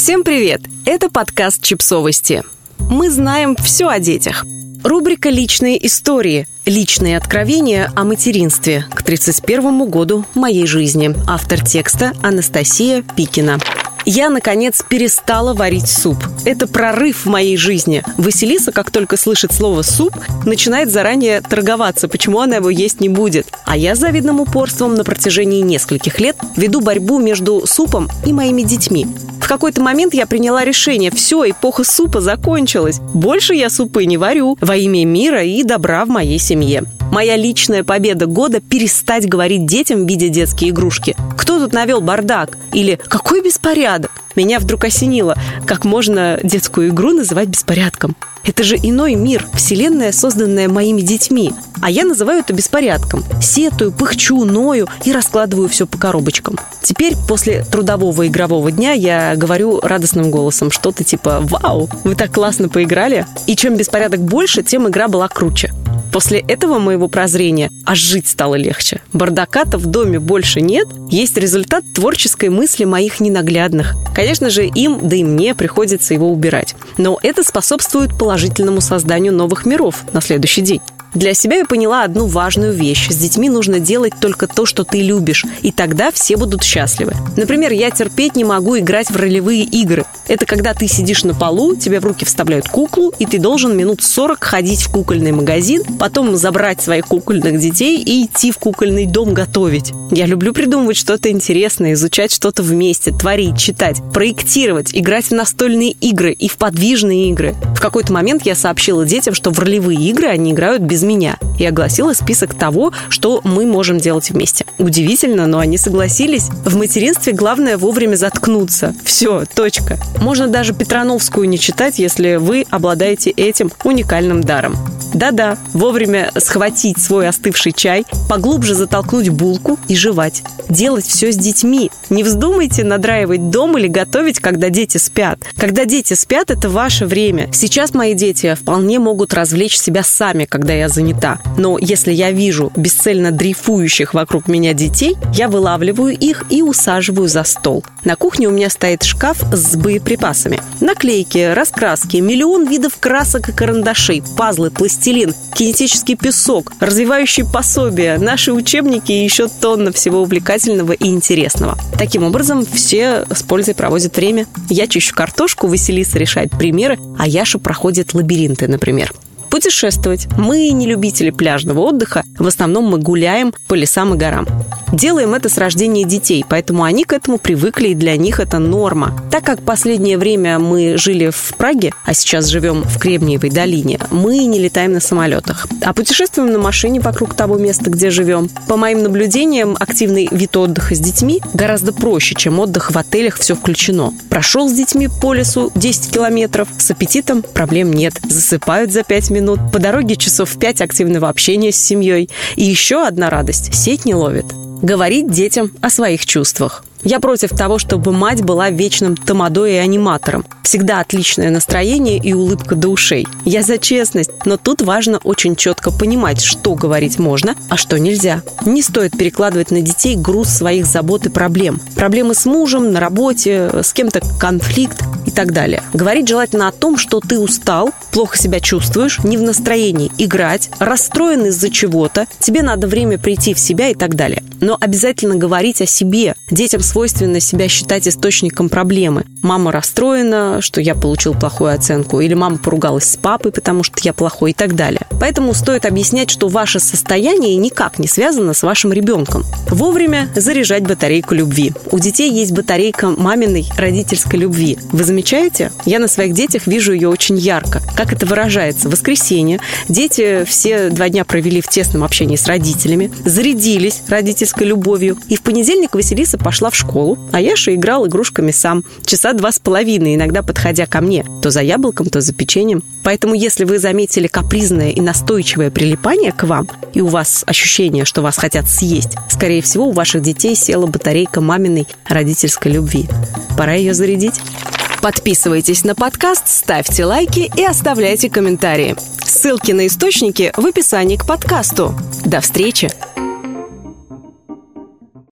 Всем привет! Это подкаст «Чипсовости». Мы знаем все о детях. Рубрика «Личные истории». Личные откровения о материнстве к 31-му году моей жизни. Автор текста Анастасия Пикина. Я, наконец, перестала варить суп. Это прорыв в моей жизни. Василиса, как только слышит слово «суп», начинает заранее торговаться, почему она его есть не будет. А я с завидным упорством на протяжении нескольких лет веду борьбу между супом и моими детьми. В какой-то момент я приняла решение: все, эпоха супа закончилась. Больше я супы не варю во имя мира и добра в моей семье. Моя личная победа года – перестать говорить детям, видя детские игрушки: «Кто тут навел бардак?» Или «Какой беспорядок?» Меня вдруг осенило, как можно детскую игру называть беспорядком. Это же иной мир, вселенная, созданная моими детьми. А я называю это беспорядком. Сетую, пыхчу, ною и раскладываю все по коробочкам. Теперь, после трудового игрового дня, я говорю радостным голосом что-то типа: «Вау, вы так классно поиграли!» И чем беспорядок больше, тем игра была круче. После этого моего прозрения аж жить стало легче. Бардака-то в доме больше нет. Есть результат творческой мысли моих ненаглядных. Конечно же, им, да и мне приходится его убирать. Но это способствует положительному созданию новых миров на следующий день. Для себя я поняла одну важную вещь. С детьми нужно делать только то, что ты любишь, и тогда все будут счастливы. Например, я терпеть не могу играть в ролевые игры. Это когда ты сидишь на полу, тебе в руки вставляют куклу, и ты должен минут 40 ходить в кукольный магазин, потом забрать своих кукольных детей и идти в кукольный дом готовить. Я люблю придумывать что-то интересное, изучать что-то вместе, творить, читать, проектировать, играть в настольные игры и в подвижные игры. В какой-то момент я сообщила детям, что в ролевые игры они играют без меня, и огласила список того, что мы можем делать вместе. Удивительно, но они согласились. В материнстве главное вовремя заткнуться. Все, точка. Можно даже Петрановскую не читать, если вы обладаете этим уникальным даром. Да-да, вовремя схватить свой остывший чай, поглубже затолкнуть булку и жевать. Делать все с детьми. Не вздумайте надраивать дом или готовить, когда дети спят. Когда дети спят, это ваше время. Сейчас мои дети вполне могут развлечь себя сами, когда я занята. Но если я вижу бесцельно дрейфующих вокруг меня детей, я вылавливаю их и усаживаю за стол. На кухне у меня стоит шкаф с боеприпасами. Наклейки, раскраски, миллион видов красок и карандашей, пазлы, пластилин, кинетический песок, развивающие пособия, наши учебники и еще тонна всего увлекательного и интересного. Таким образом, все с пользой проводят время. Я чищу картошку, Василиса решает примеры, а Яша проходит лабиринты, например. Путешествовать. Мы не любители пляжного отдыха. В основном мы гуляем по лесам и горам. Делаем это с рождения детей, поэтому они к этому привыкли, и для них это норма. Так как последнее время мы жили в Праге, а сейчас живем в Кремниевой долине, мы не летаем на самолетах, а путешествуем на машине вокруг того места, где живем. По моим наблюдениям, активный вид отдыха с детьми гораздо проще, чем отдых в отелях «Все включено». Прошел с детьми по лесу 10 километров, с аппетитом проблем нет. Засыпают за 5 минут, по дороге часов 5 активного общения с семьей. И еще одна радость – сеть не ловит. Говорить детям о своих чувствах. Я против того, чтобы мать была вечным тамадой и аниматором. Всегда отличное настроение и улыбка до ушей. Я за честность, но тут важно очень четко понимать, что говорить можно, а что нельзя. Не стоит перекладывать на детей груз своих забот и проблем. Проблемы с мужем, на работе, с кем-то конфликт и так далее. Говорить желательно о том, что ты устал, плохо себя чувствуешь, не в настроении играть, расстроен из-за чего-то, тебе надо время прийти в себя и так далее. Но обязательно говорить о себе. Детям свойственно себя считать источником проблемы. Мама расстроена, что я получил плохую оценку, или мама поругалась с папой, потому что я плохой и так далее. Поэтому стоит объяснять, что ваше состояние никак не связано с вашим ребенком. Вовремя заряжать батарейку любви. У детей есть батарейка маминой родительской любви. Вы замечаете? Я на своих детях вижу ее очень ярко. Как это выражается? В воскресенье дети все 2 дня провели в тесном общении с родителями, зарядились родительской любовью, и в понедельник Василиса пошла в школу, а Яша играл игрушками сам. Часа 2,5, иногда подходя ко мне, то за яблоком, то за печеньем. Поэтому, если вы заметили капризное и настойчивое прилипание к вам, и у вас ощущение, что вас хотят съесть, скорее всего, у ваших детей села батарейка маминой родительской любви. Пора ее зарядить. Подписывайтесь на подкаст, ставьте лайки и оставляйте комментарии. Ссылки на источники в описании к подкасту. До встречи!